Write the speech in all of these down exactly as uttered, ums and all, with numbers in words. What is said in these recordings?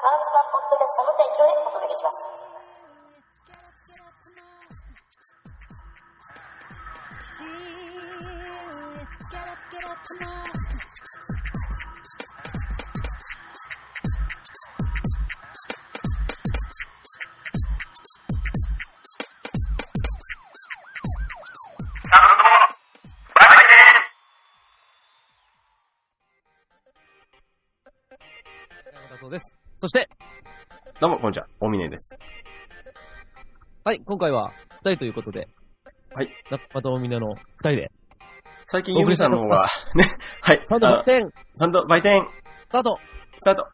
マウスマンポッドキャストの提供でお届けします。 そうです。そして、 どうも、こんにちは。大峰です。 はい、今回はふたりということで、 はい。 中田大峰のふたりで。 最近、ゆみさんの方が、ね、はい。 サンド売店サンド売店スタートスタート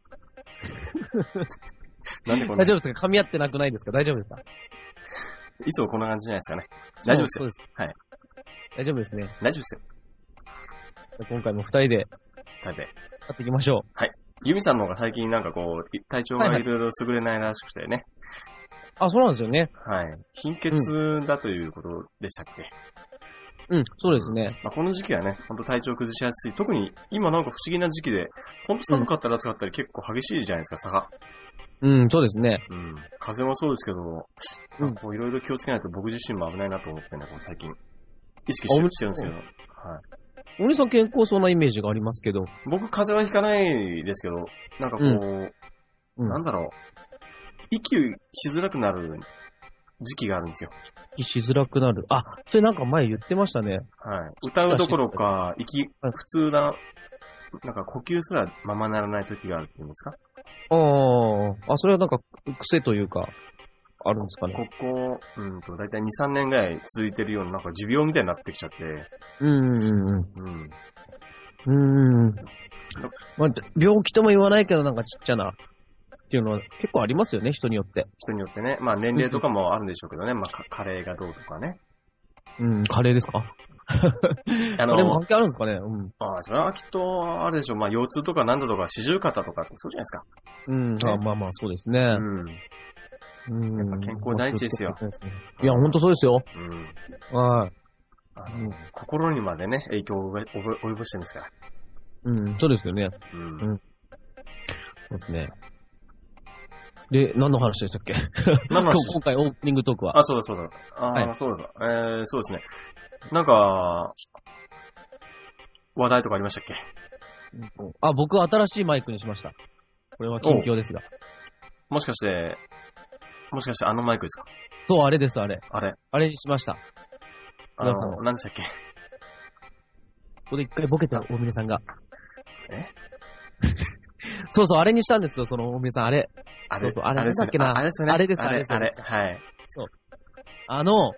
なんでこんな大丈夫ですか？噛み合ってなくないですか？大丈夫ですか？ いつもこんな感じじゃないですかね。大丈夫ですよ。 そうです。 はい。 大丈夫ですね。 大丈夫ですよ。 今回もふたりで、 食べ。 やっていきましょう。 はい。ゆみさんの方が最近なんかこう、体調がいろいろ優れないらしくてね。はいはい、 あ、そうなんですよね。 はい。貧血だということでしたっけ？ うん、うん、そうですね。 まあ、この時期はね、ほんと体調崩しやすい。特に今なんか不思議な時期で、ほんと寒かったり暑かったり結構激しいじゃないですか、差が。 うん、そうですね。 うん。風もそうですけど、うん、こういろいろ気をつけないと僕自身も危ないなと思ってね、こう最近意識してるんですけど。はい。 お兄さん健康そうなイメージがありますけど。 僕風邪はひかないですけど、なんかこう、うん、なんだろう、息しづらくなる時期があるんですよ。 息しづらくなる。あ、それなんか前言ってましたね。 はい。歌うどころか、息、普通な、なんか呼吸すらままならない時があるって言うんですか？ ああ、あ、それはなんか癖というか、あるんですかね。 ここ、うんと、だいたいに、さんねんぐらい続いてるような、なんか持病みたいになってきちゃって。 うんうんうん。うん。うん。まあ、病気とも言わないけど、なんかちっちゃな、っていうのは結構ありますよね、人によって。 人によってね。まあ年齢とかもあるんでしょうけどね。まあ加齢がどうとかね。 うん、加齢ですか？あの、加齢も関係あるんですかね？うん。 ああ、それはきっとあるでしょう。まあ腰痛とかなんだとか四十肩とかってそうじゃないですか。 うん、ね、あまあまあそうですね。うん。 うん。やっぱ健康第一ですよ。 いや、ほんとそうですよ。 うん。 はい。 あの、うん、心にまでね、影響を及ぼしてるんですから。 うん、そうですよね。うん。うん、そうですね。で、何の話でしたっけ？何の話今回オープニングトークは。 あ、そうだそうだ。あ、はい、そうだ。えー、そうですね。なんか、話題とかありましたっけ？ あ、僕は新しいマイクにしました。これは近況ですが。 もしかして、もしかしてあのマイクですか？ そう、あれです、あれ。 あれ。 あれにしました。 あの、何でしたっけ？ ここで一回ボケて、大峰さんが。 えそうそう、あれにしたんですよ、その大峰さん、あれ。 あれ、 そうそう、あれなんだっけな。 あれですね。 あれです、 あれです、あれ。はい。 そう。あの、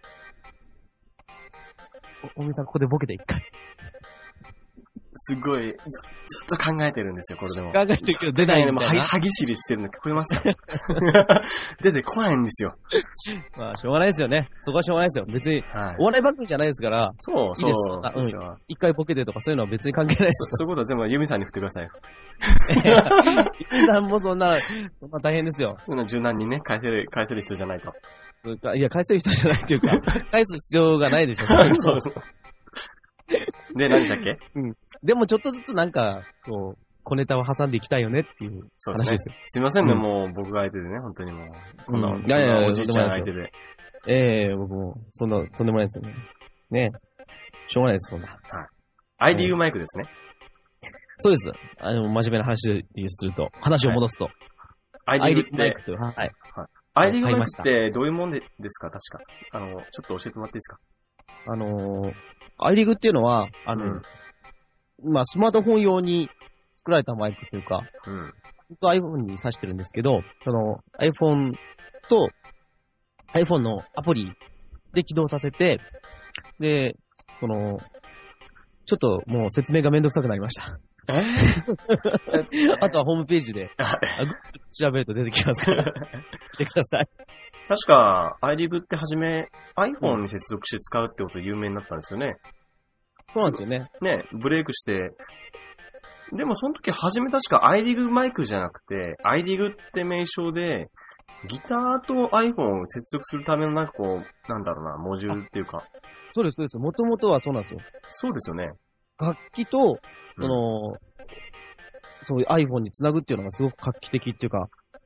大峰さん、ここでボケて一回。 すごい、ずっと考えてるんですよ、これでも。 考えてるけど出ないみたいな。 歯ぎしりしてるの聞こえますか？出てこないんですよ。 まあ、しょうがないですよね。そこはしょうがないですよ。別に、はい、お笑い番組じゃないですから。 そう、そう。いいです。 うん。一回ボケてとかそういうのは別に関係ないです。 そういうことは全部ユミさんに振ってください。 ユミさんもそんな、そんな大変ですよ。 そんな柔軟にね、返せる、返せる人じゃないと。 いや、返せる人じゃないっていうか、返す必要がないでしょ。 そうそう。で、何でしたっけ？ うん。でもちょっとずつなんか、こう、小ネタを挟んでいきたいよねっていう話ですよ。 すいませんね、もう僕が相手でね、本当にもう。こんな、いやいや、おじいちゃん相手で。 ええ、僕も、そんな、とんでもないですよね。ねしょうがないです、そんな。はい。 アイディー マイクですね。 そうです。あの、真面目な話すると、話を戻すと。 アイディーマイクと、はい。 アイディー マイクってどういうもんですか、確か。あの、ちょっと教えてもらっていいですか？ あの、アイリグっていうのは、あの、うん、まあ、スマートフォン用に作られたマイクというか、うん、僕は iPhone に挿してるんですけど、その iPhone と iPhone のアプリで起動させて、で、その、ちょっともう説明がめんどくさくなりました。 えあとはホームページで調べると出てきますから、見てください。 確か、アイリグってはじめ iPhone に接続して使うってことで有名になったんですよね。 そうなんですよね。 ね、ブレイクして。でもその時はじめ確か アイリグ マイクじゃなくて、アイリグって名称で、ギターと iPhone を接続するためのなんかこう、なんだろうな、モジュールっていうか。 そうです、そうです。もともとはそうなんですよ。 そうですよね。 楽器と、その、うん、そういう iPhone につなぐっていうのがすごく画期的っていうか、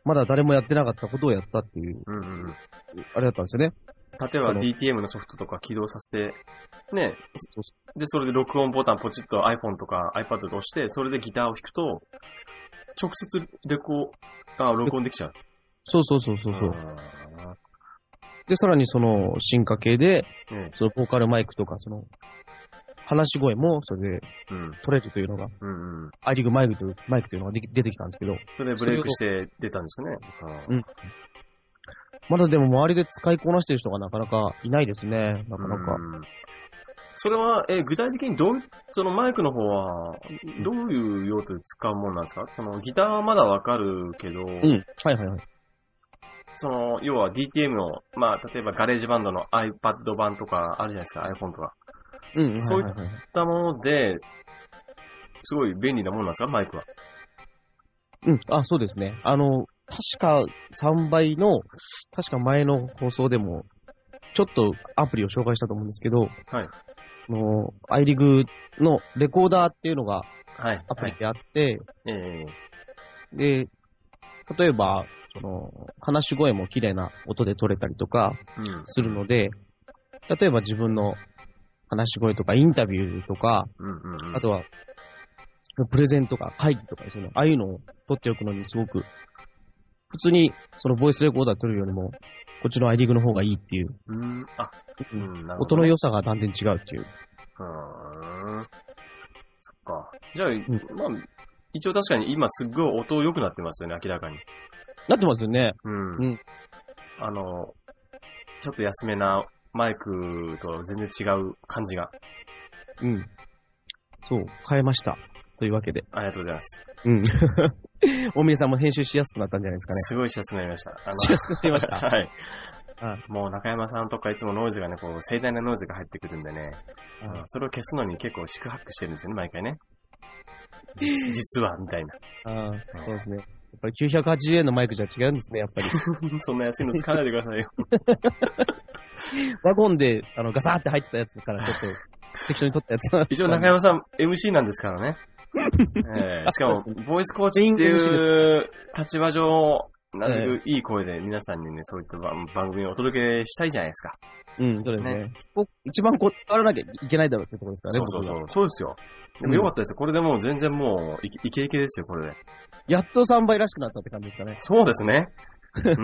まだ誰もやってなかったことをやったっていう、 うんうん、 あれだったんですよね。 例えば ディーティーエム のソフトとか起動させて、ね、で、それで録音ボタンポチッと iPhone とか iPad と押して、それでギターを弾くと、直接レコ、あ、録音できちゃう。 そうそうそうそうそう。で、さらにその進化系で、うん、そのボーカルマイクとか、その、話し声もそれで取れるというのが、うんうん、アイリグマイクという、マイクというのが出てきたんですけど。 それでブレイクして出たんですかね。 うん。まだでも周りで使いこなしてる人がなかなかいないですね。なかなか。 うん、それは、え、具体的にどう、そのマイクの方は、どういう用途で使うものなんですか？そのギターはまだわかるけど、うん。 はいはいはい。 その、要は ディーティーエム の、まあ、例えばガレージバンドの iPad 版とかあるじゃないですか、iPhone とか。うん、そういったもので、すごい便利なものなんですか、マイクは。 うん、あ、そうですね。あの、確かさんばいの、確か前の放送でも、ちょっとアプリを紹介したと思うんですけど、はい。の、アイリグのレコーダーっていうのが、アプリであって、はいはい、で、例えば、その、話し声も綺麗な音で取れたりとか、するので、うん、例えば自分の話し声とかインタビューとか、うんうんうん、あとは、プレゼンとか会議とかですね、ああいうのを取っておくのにすごく、普通にそのボイスレコーダー取るよりも、こっちのアイリグの方がいいっていう。うん、あ、うん、なるほどね、音の良さが断然違うっていう。うーん。そっか。じゃあ、うん、まあ、一応確かに今すっごい音良くなってますよね、明らかに。 なってますよね。 うん。うん、あの、ちょっと安めなマイクと全然違う感じが。 うん。そう、変えました。というわけで。 ありがとうございます。 うん。大宮さんも編集しやすくなったんじゃないですかね。 すごいしやすくなりました。 あのしやすくなりました。 はい。あもう中山さんとかいつもノイズがね、こう盛大なノイズが入ってくるんでね、うん、それを消すのに結構四苦八苦してるんですよね、毎回ね。実は、みたいな。 ああ、そうですね。やっぱりきゅうひゃくはちじゅうえんのマイクじゃ違うんですね、やっぱり。 そんな安いの使わないでくださいよ。 ワゴンであのガサーって入ってたやつからちょっと適当に撮ったやつ。 一応中山さん エムシー なんですからね。えー、しかも、ボイスコーチっていう立場上、なるべくいい声で皆さんにね、そういった番組をお届けしたいじゃないですか。 うん、そうですね。ね一番こだわらなきゃいけないだろうってところですからね。 そうそうそう。そうですよ。でもよかったですよ。これでもう全然もうイケイケですよ、これで。 やっとさんばいらしくなったって感じですかね。 そうですね。うん、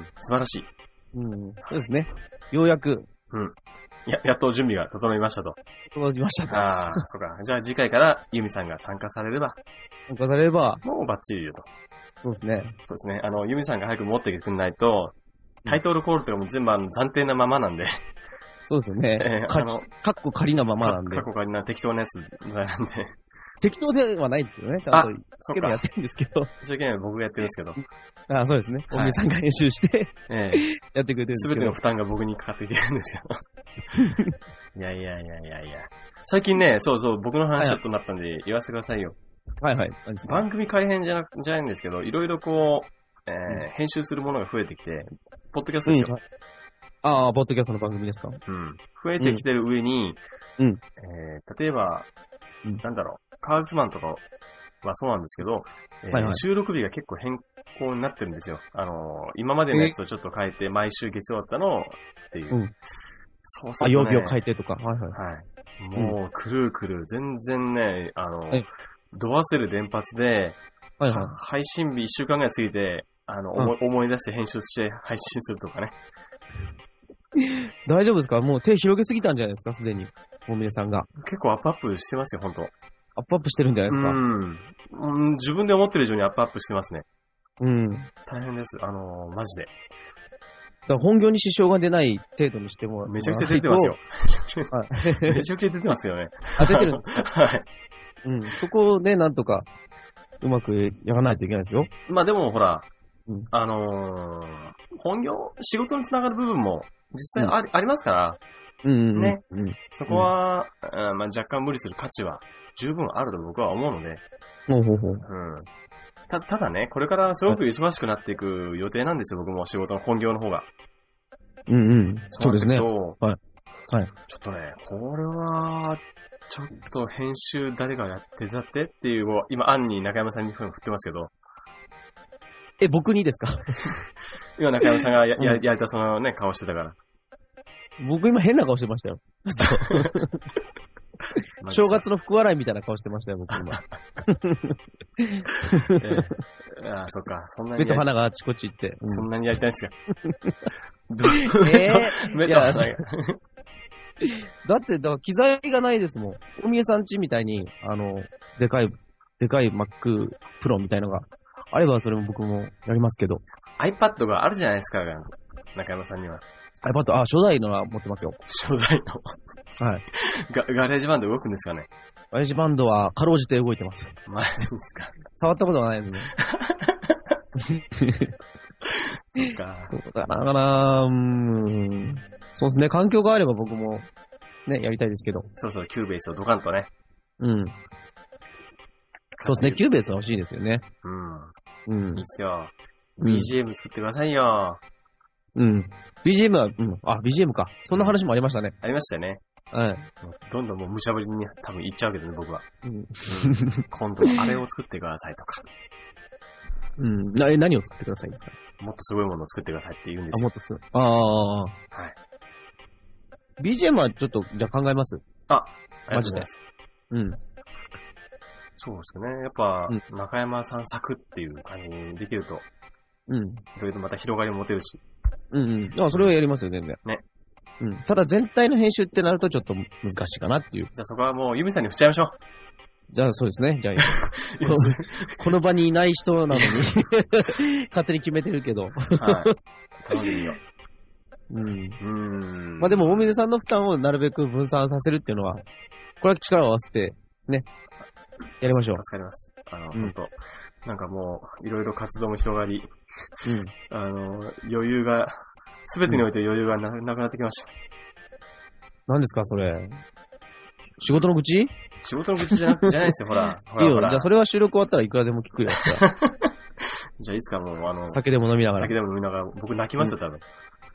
素晴らしい。 うん、そうですね。ようやく。 うん。や、やっと準備が整いましたと。 整いましたと。 ああ、そうか。じゃあ次回からユミさんが参加されれば。 参加されれば。 もうバッチリよと。 そうですね。 そうですね。あの、ユミさんが早く持ってきてくんないと、タイトルコールとかも全部あの暫定なままなんで。 そうですよね。えー、あの、カッコ仮なままなんで。 カッコ仮な適当なやつなんで。 適当ではないんですけどね。ちゃんとつけてやってるんですけど。 一生懸命僕がやってるんですけど。 ああ、そうですね。おみさんが編集して、ええ、やってくれてるんですけど。 すべての負担が僕にかかってきてるんですよ。いやいやいやいやいや。最近ね、そうそう、僕の話ちょっとなったんで言わせてくださいよ。 はいはい。 番組改編じゃなく、じゃないんですけど、いろいろこう、えーうん、編集するものが増えてきて、ポッドキャストですよ。うん、 ああ、ポッドキャストの番組ですか。 うん。増えてきてる上に、うん。えー、例えば、うん、なんだろう、カーズマンとかはそうなんですけど、えーはいはい、収録日が結構変更になってるんですよ。あのー、今までのやつをちょっと変えて、毎週月曜だったのっていう。うん、そうそう、ね。 あ、曜日を変えてとか。はいはい。 はい。もう、くるくる、全然ね、あのー、はい、度忘れ連発で、はいはい、配信日いっしゅうかんぐらい過ぎて、あの、うん、思い出して編集して配信するとかね。 大丈夫ですか？もう手広げすぎたんじゃないですか、すでに。大峰さんが。 結構アップアップしてますよ、ほんと。 アップアップしてるんじゃないですか。 うん。うん、自分で思ってる以上にアップアップしてますね。 うん。 大変です。あのー、マジで。 だから本業に支障が出ない程度にしても。 めちゃくちゃ出てますよ。めちゃくちゃ出てますよね。 あ、出てるんですか？はい。うん。そこでなんとか、うまくやらないといけないですよ。 まあでもほら、うん、あのー、本業、仕事につながる部分も実際あり、うん、ありますから、 うんうんうん、 ね、うん。そこは、うんまあ、若干無理する価値は十分あると僕は思うので。 ほうほうほう。うん。 た、ただね、これからすごく忙しくなっていく予定なんですよ、僕も仕事の本業の方が。 うんうん。そうですね。はい。はい。 ちょっとね、これは、ちょっと編集誰がや手伝ってっていう、今、案に中山さんに振ってますけど、 え、僕にですか？ 今中山さんがや、や、やれたそのね、顔してたから。 僕今変な顔してましたよ。正月の福笑いみたいな顔してましたよ、僕今。 えー、ああ、そっか。そんなに。 目と鼻があちこち行って。 うん、そんなにやりたいんですか？ どえー、 目と鼻が。 だって、だから機材がないですもん。大宮さんちみたいに、あの、でかい、でかい Mac Pro みたいのがあれば、それも僕もやりますけど。 iPad があるじゃないですか、中山さんには。 iPad、あ、初代のは持ってますよ。 初代の。はい。ガ、ガレージバンド動くんですかね？ ガレージバンドはかろうじて動いてます。 マジですか？ 触ったことがないですね。 そっか。 そうだからな、うーん。そうですね、環境があれば僕もね、やりたいですけど。 そうそう、キューベースをドカンとね。 うん。そうですね、キューベースは欲しいですよね。 うん。うん。いいっすよ。ビージーエム 作ってくださいよ。 うん。ビージーエム は、うん。あ、ビージーエム か。そんな話もありましたね。 ありましたよね。 はい。 どんどんもう無茶ぶりに多分言っちゃうけどね、僕は。 うん。うん、 今度はあれを作ってくださいとか。 うん。な、何を作ってくださいんですか？ もっとすごいものを作ってくださいって言うんですよ。 あ、もっとすごい。ああ。はい。ビージーエム はちょっと、じゃあ考えます。 あ、 マジで。うん。 そうですね。やっぱ、うん、中山さん作っていう感じにできると、 うん。 いろいろまた広がりも持てるし。 うんうん。あ、それはやりますよ、全然。ね。うん。ただ全体の編集ってなるとちょっと難しいかなっていう。 じゃあそこはもうユミさんに振っちゃいましょう。 じゃあそうですね。じゃあこ, この場にいない人なのに勝手に決めてるけど。はい。 頼んでみよう。うん。うん。まあでも大水さんの負担をなるべく分散させるっていうのは、これは力を合わせてね。やりましょう。 助かります。あの、うん、本当なんかもう、いろいろ活動も広がり、うん。あの、余裕が、すべてにおいて余裕がな, なくなってきました。 何ですか、それ。仕事の愚痴？ 仕事の愚痴じゃなじゃないですよ、ほら。ほらいいよ、じゃあそれは収録終わったらいくらでも聞くよ。 じゃあいつかもう、あの、 酒でも飲みながら。 酒でも飲みながら、僕泣きますよ、多分。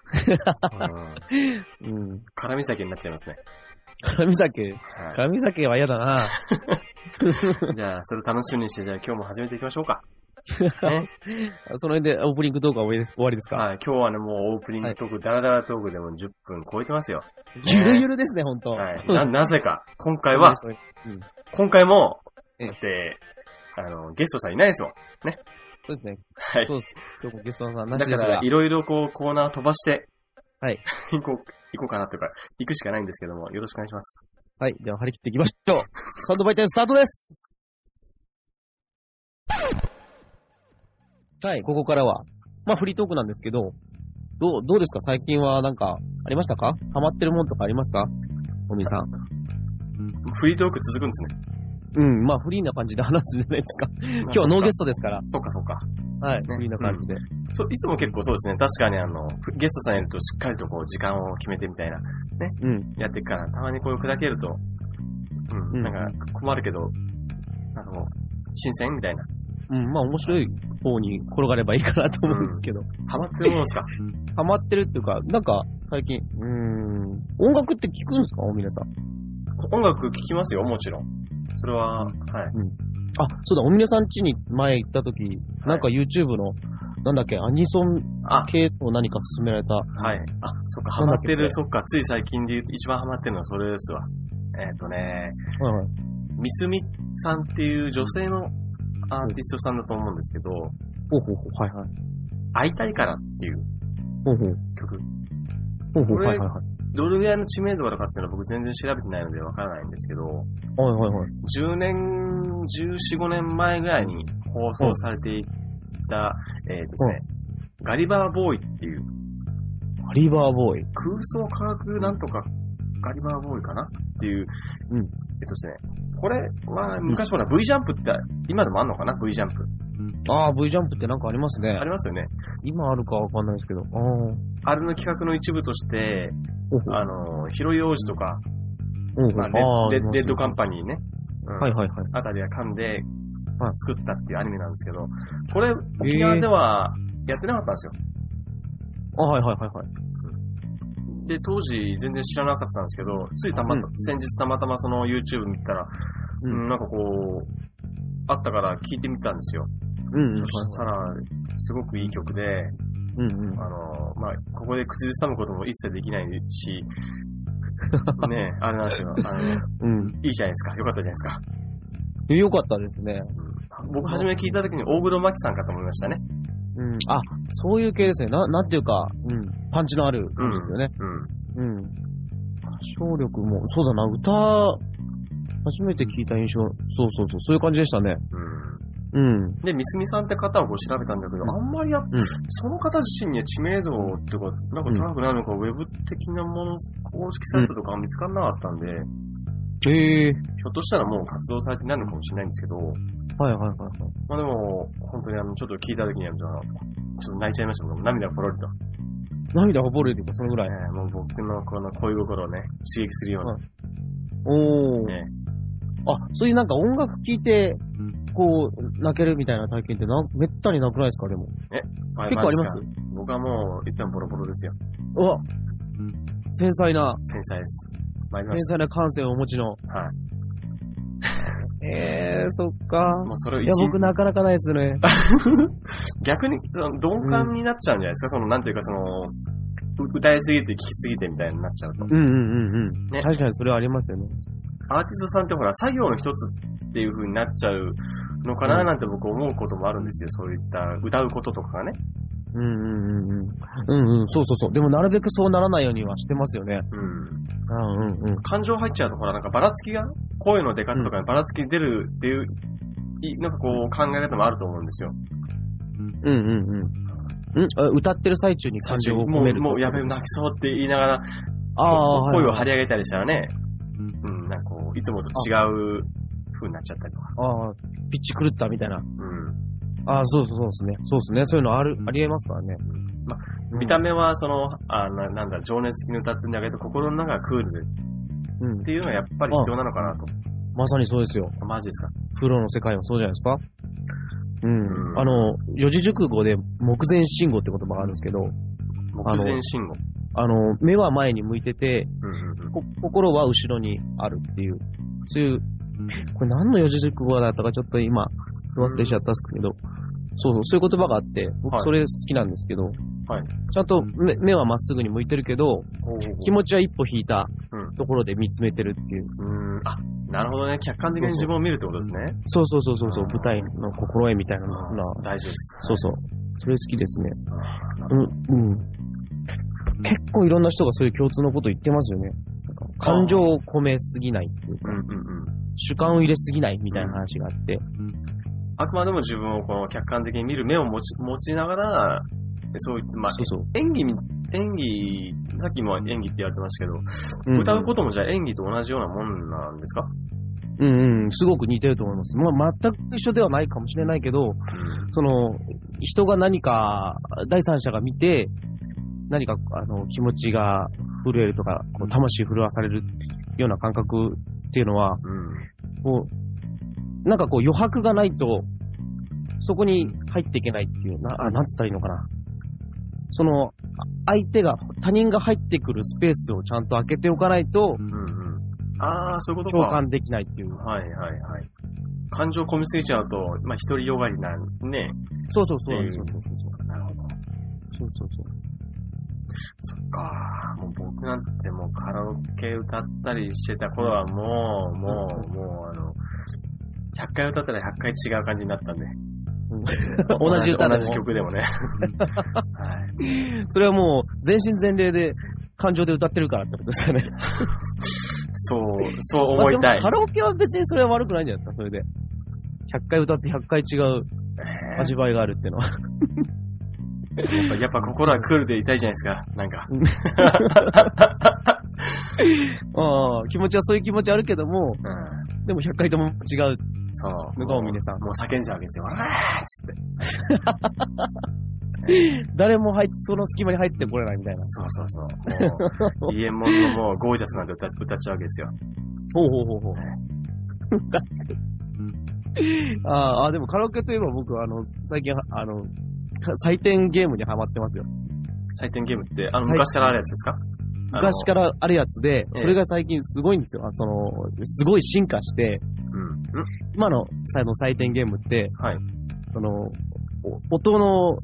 うん。うん。絡み酒になっちゃいますね。 絡み酒、はい、絡み酒は嫌だな。 じゃあ、それ楽しみにして、じゃあ今日も始めていきましょうか。 ね、その辺でオープニングトークは終わりです、終わりですか？ はい、今日はね、もうオープニングトーク、はい、ダラダラトークでもじゅっぷん超えてますよ。 ゆるゆるですね、ほんと。 はい。な、なぜか、今回は、うん、今回も、だって、あの、ゲストさんいないですもん。ね。 そうですね。 はい。 そうです。今日もゲストさんなしですが。 だから、いろいろこう、コーナー飛ばして、 はい。 行こう、行こうかなというか、行くしかないんですけども、よろしくお願いします。 はい。では、張り切っていきましょう。サウンドバイタイムスタートです。はい、ここからは、まあ、フリートークなんですけど、どう、どうですか？最近はなんか、ありましたか？ハマってるもんとかありますか？おみさん。 フリートーク続くんですね。 うん、まあ、フリーな感じで話すじゃないですか。今日はノーゲストですから。 そうか、そうか。 はい、ね、フリーな感じで、うん。 そう、いつも結構そうですね。確かにあの、ゲストさんいるとしっかりとこう、時間を決めてみたいな、ね。うん。やっていくから、たまにこういう砕けると、うん、なんか困るけど、なんかもう、新鮮みたいな。 うん、まあ面白い方に転がればいいかなと思うんですけど。うん、 ハマってるものですか？ ハマってるっていうか、なんか最近、うーん、音楽って聞くんですか？皆さん。 音楽聞きますよ、もちろん。それは、うん、はい、うん。 あ、そうだ、おみねさん家に前行った時、はい、なんか YouTube の、なんだっけ、アニソン系を何か勧められた。 はい。あ、そっか、ハマってる、そっか、つい最近で言うと一番ハマってるのはそれですわ。えっとね、はいはい、ミスミさんっていう女性のアーティストさんだと思うんですけど、ほうほうほう、はいはい。 会いたいからっていうほうほう曲。 ほうほう、はいはいはい。 どれぐらいの知名度とかっていうのは僕全然調べてないのでわからないんですけど、はいはいはい。 じゅうねん、じゅうよん、ごねんまえぐらいに放送されていた、えーとですね、ガリバーボーイっていう。 ガリバーボーイ空想科学なんとかガリバーボーイかなっていう、うん。えっとですね、これは昔ほら V ジャンプって今でもあんのかな ?V ジャンプ。 ああ、V ジャンプってなんかありますね。 ありますよね。 今あるかわかんないですけど。 ああれの企画の一部として、あの、広い王子とか、まあ、レ, レ, レッドカンパニーね。うん、 はいはいはい。 あたりが噛んで作ったっていうアニメなんですけど、これ沖縄ではやってなかったんですよ。 あ、はいはいはいはい。 で、当時全然知らなかったんですけど、ついたま、うん、先日たまたまその YouTube 見たら、うん、なんかこう、あったから聞いてみたんですよ。うん、うん、そしたら、 すごくいい曲で、 うんうん。 あの、まあ、ここで口ずさむことも一切できないし、ねえ、あれなんですよ。あの、うん。いいじゃないですか。よかったじゃないですか。 よかったですね。 うん、僕初め聞いた時に大黒摩季さんかと思いましたね。 うん。あ、そういう系ですね。な、なんていうか、うん。パンチのある感じですよね。うん。うん。歌唱力も、そうだな、歌、初めて聞いた印象、そうそうそう、そういう感じでしたね。うん。うん。で、みすみさんって方をこう調べたんだけど、うん、あんまりや、うん、その方自身には知名度っていうか、なんか高くないのか、うん、ウェブ的なもの、公式サイトとか見つからなかったんで、 へ、うん、えー。 ひょっとしたらもう活動されてないのかもしれないんですけど、 はいはいはいはい。 まあでも、本当にあの、ちょっと聞いた時には、ちょっと泣いちゃいましたもん。涙がポロリと。 涙がポロリとか、そのぐらい。 ね、もう僕のこの恋心をね、刺激するような。はい、 おー。ね、あ、そういうなんか音楽聴いて、こう、泣けるみたいな体験ってな、めったになくないですか、でも。 え、 結構あります？ 僕はもう、いつもボロボロですよ。 うわ、繊細な。 繊細です。 繊細な感性をお持ちの。はい。えー、そっか。もうそれを一いや、僕なかなかないですね。 逆に、その鈍感になっちゃうんじゃないですか、うん、その、なんていうか、その、歌いすぎて聴きすぎてみたいになっちゃうと。 うんうんうんうん。ね、確かにそれはありますよね。 アーティストさんってほら、作業の一つっていう風になっちゃうのかななんて僕思うこともあるんですよ。そういった歌うこととかがね。 うんうんうんうん。うんうん、そうそうそう。でもなるべくそうならないようにはしてますよね。うん。 うんうんうん。感情入っちゃうとほら、なんかばらつきが、声の出方とかにばらつき出るっていう、うん、なんかこう考え方もあると思うんですよ。 うんうんうん。ん歌ってる最中に感情を込めると。 もう、もうやべえ、泣きそうって言いながら、あ声を張り上げたりしたらね、うん、なんかこう、いつもと違う風になっちゃったりとか。 ああ、ピッチ狂ったみたいな。うん。ああ、そうそうそうですね。そうですね。そういうのある、ありえますからね。 まあ、見た目はその、あななんだ、情熱的に歌ってんだけど、心の中がクールで、うん。っていうのがやっぱり必要なのかなと。 まさにそうですよ。 マジですか。 プロの世界はそうじゃないですか。うん。うん、あの、四字熟語で目前信号って言葉があるんですけど、 目前信号。 あの、目は前に向いてて、うんうんうん、こ心は後ろにあるっていう、そういう、これ何の四字熟語だったかちょっと今、忘れちゃったんですけど、うん、そうそう、そういう言葉があって、僕それ好きなんですけど、はい、ちゃんと 目, 目はまっすぐに向いてるけど、気持ちは一歩引いたところで見つめてるっていう。 うん、あ、なるほどね。客観的に自分を見るってことですね。 そうそうそうそうそう、舞台の心得みたいなのが大事です。 そうそう。それ好きですね。うん、うん。結構いろんな人がそういう共通のこと言ってますよね。なんか感情を込めすぎないっていうか、うんうんうん、主観を入れすぎないみたいな話があって、うん、 あくまでも自分をこの客観的に見る目を持ち持ちながら、そういった、まあ、そうそう演技に、演技、さっきも演技って言われてましたけど、うんうん、歌うこともじゃあ演技と同じようなもんなんですか？ うんうん、すごく似てると思います。まあ、全く一緒ではないかもしれないけど、うん、その、人が何か、第三者が見て、何か、あの、気持ちが震えるとか、こう魂震わされるような感覚っていうのは、うん、こう、なんかこう余白がないと、そこに入っていけないっていう、な、あ、なんつったらいいのかな。その、相手が、他人が入ってくるスペースをちゃんと開けておかないと、うんうん、 ああ、そういうことか。 共感できないっていう。 はいはいはい。感情込みすぎちゃうと、まあ、独りよがりなんね。 そうそうそう。そうそうそう。 なるほど。そうそうそう。そっか。もう僕なんてもうカラオケ歌ったりしてた頃はもう、もう、もうあの、ひゃっかい歌ったらひゃっかい違う感じになったんで。 同じ歌でも。 同じ曲でもね。はい。 それはもう、全身全霊で感情で歌ってるからってことですかね。 そう、そう思いたい。 カラオケは別にそれは悪くないんじゃないですか、それで。ひゃっかい歌ってひゃっかい違う味わいがあるっていうのは。 やっぱ、やっぱ心はクールでいたいじゃないですか、なんか。 ああ、気持ちはそういう気持ちあるけども、うん、でもひゃっかいとも違うのがおみねさん。 もう叫んじゃうわけですよ。わーっつって。誰も入っその隙間に入ってこれないみたいな。 そうそうそう。もう、イエモンのもうゴージャスなんて歌、歌っちゃうわけですよ。 ほうほうほうほう。ああ、でもカラオケといえば僕、あの、最近、あの、採点ゲームにハマってますよ。 採点ゲームって、あの、昔からあるやつですか？ 昔からあるやつで、それが最近すごいんですよ。その、すごい進化して、うん、今の、の採点ゲームって、はい、その、音の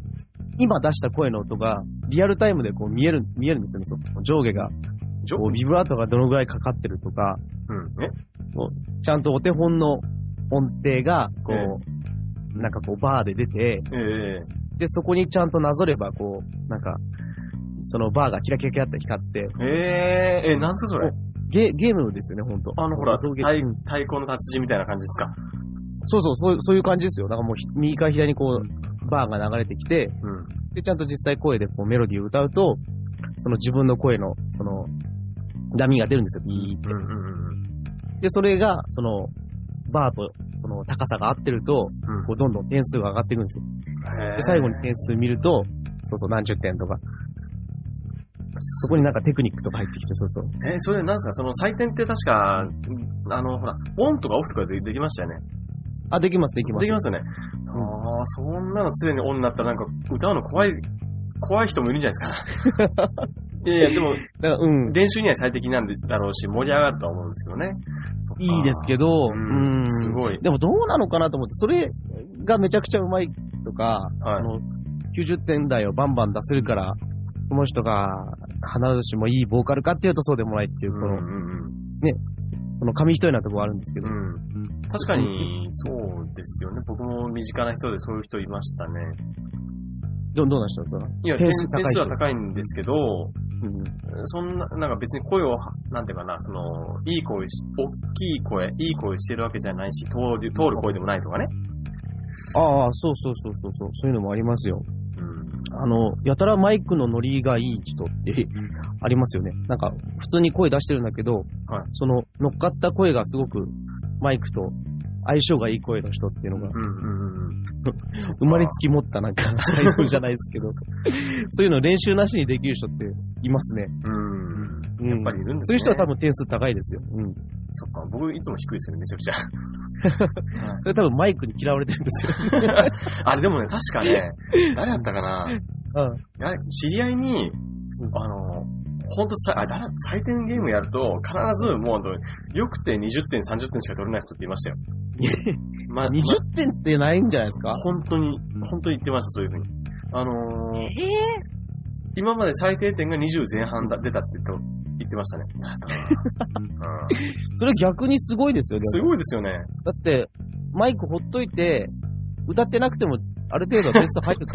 今出した声の音が、リアルタイムでこう見える、見えるんですよね、そう上下が。こうビブラートがどのぐらいかかってるとか、 うん、えこうちゃんとお手本の音程が、こう、えー、なんかこうバーで出て、 えー、 で、そこにちゃんとなぞれば、こう、なんか、そのバーがキラキラキラって光って、 えー、え、なんすかそれゲゲームですよね、ほんと。 あの、ほら、太太鼓の達人みたいな感じですか。 そうそう、そういう、そういう感じですよ。だからもう、右から左にこう、バーが流れてきて、うん、で、ちゃんと実際声でこうメロディーを歌うと、その自分の声の、その、波が出るんですよ、ビーって。うんうんうん、で、それが、その、バーと、その、高さが合ってると、うん、こう、どんどん点数が上がっていくんですよ。で、最後に点数見ると、そうそう、何十点とか。そこになんかテクニックとか入ってきて、そうそう。 えー、それなんですかその採点って確か、あの、ほら、オンとかオフとかでできましたよね。 あ、できます、できます。 できますよね。うん、ああ、そんなの常にオンになったらなんか歌うの怖い、怖い人もいるんじゃないですか。いやいや、でも、だからうん、練習には最適なんだろうし、盛り上がるとは思うんですけどね。 いいですけど、 うん、うんすごい。 でもどうなのかなと思って、それがめちゃくちゃうまいとか、はい、そのきゅうじゅってん台をバンバン出せるから、その人が必ずしもいいボーカルかっていうとそうでもないっていう、この、うんうんうん、ね、その紙一重なところはあるんですけど。うん、 確かに、そうですよね。僕も身近な人でそういう人いましたね。 ど、どうな人ですか？ いや、点数は高いんですけど、うん、そんな、なんか別に声を、なんていうかな、その、いい声し、大きい声、いい声してるわけじゃないし、通る、通る声でもないとかね。 ああ、そうそうそうそうそう、そういうのもありますよ。うん、あの、やたらマイクのノリがいい人ってありますよね。なんか、普通に声出してるんだけど、はい、その、乗っかった声がすごくマイクと相性がいい声の人っていうのが、うんうんうん、生まれつき持ったなんか、才能じゃないですけど、そういうの練習なしにできる人っていますね。 うん。やっぱりいるんですね。 そういう人は多分点数高いですよ。うん。 そっか、僕いつも低いですよね、めちゃくちゃ。 それ多分マイクに嫌われてるんですよ。 あれでもね、確かね、誰だったかな、うん、知り合いに、あの、ほんとさ、あ、だら、採点ゲームやると、必ずもう、よくてにじゅってん、さんじゅってんしか取れない人っていましたよ。 ま、にじゅってんってないんじゃないですか？ 本当に、本当に言ってました、そういうふうに。あのー、えー、今まで最低点がにじゅう前半だ出たって言って言ってましたね。 うん、それ逆にすごいですよね。 すごいですよね。 だって、マイクほっといて、歌ってなくても、ある程度点数入るから、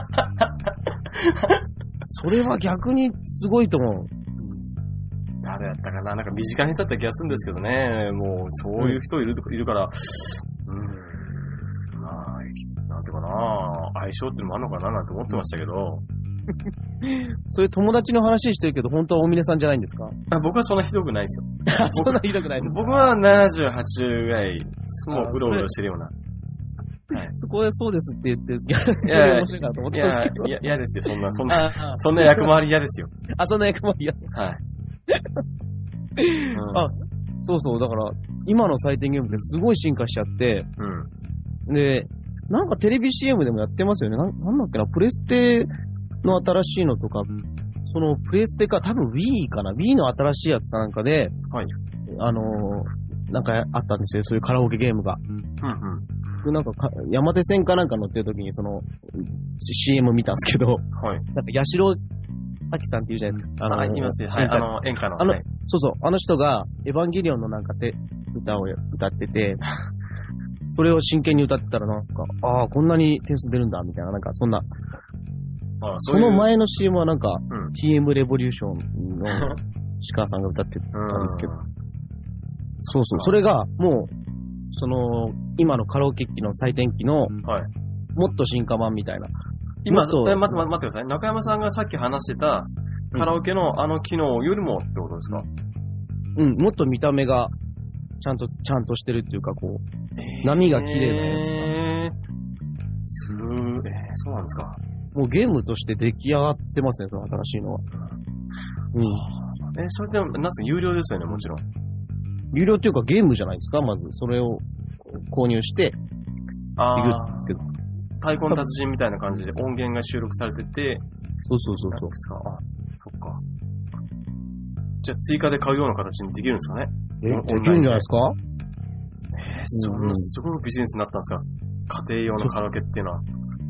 それは逆にすごいと思う。 誰だったかななんか身近にだった気がするんですけどね。もう、そういう人いる、うん、いるから、うん。まあ、なんていうかな相性ってのもあるのかななんて思ってましたけど。 そういう友達の話してるけど、本当は大峰さんじゃないんですか？ あ、僕はそんなひどくないですよ。 そんなひどくないですか？ 僕はななじゅうはちぐらい、もううろうろしてるような。 はい、そこでそうですって言って、 いや面白いかなと思ってたんですけど。いや、嫌ですよ、そんな、そんな、そんな役回り嫌ですよ。 あ、そんな役回り嫌。はい。うん、あ、そうそう、だから、今の採点ゲームってすごい進化しちゃって、うん、で、なんかテレビ シーエム でもやってますよね。な、なんだっけな、プレステの新しいのとか、そのプレステか、多分 Wii かな、Wii の新しいやつかなんかで、はい、あのー、なんかあったんですよ、そういうカラオケゲームが。うんうん、なんかか、山手線かなんか乗ってる時に、その、シーエム 見たんですけど、はい、なんか、八代亜紀さんっていうじゃないですか。 あの、あ、いますよ。はい、あの、演歌の。 あの、 はい、 そうそう、あの人が、エヴァンゲリオンのなんかて、歌を歌ってて、それを真剣に歌ってたらなんか、ああ、こんなに点数出るんだ、みたいな、なんか、そんな。ああ、そういうその前の シーエム はなんか、うん、ティーエム レボリューションの石川さんが歌ってたんですけど、そうそう、それが、もう、その、今のカラオケ機の採点機の、はい、もっと進化版みたいな。 今、待って、待ってください。中山さんがさっき話してた、カラオケのあの機能よりもってことですか？ うん、もっと見た目が、ちゃんと、ちゃんとしてるっていうか、こう、えー、波が綺麗なやつが。 えー、すー、えー、そうなんですか。 もうゲームとして出来上がってますね、その新しいのは。 うん。えー、それって、なんすか、有料ですよね、もちろん。 有料っていうかゲームじゃないですか、まず。それを購入して、できるんですけど。 太鼓の達人みたいな感じで音源が収録されてて、 そうそうそうそう。 あ、そっか。じゃあ追加で買うような形にできるんですかね？ え、できるんじゃないですか？ えー、そんなすごいビジネスになったんですか？家庭用のカラオケっていうのは。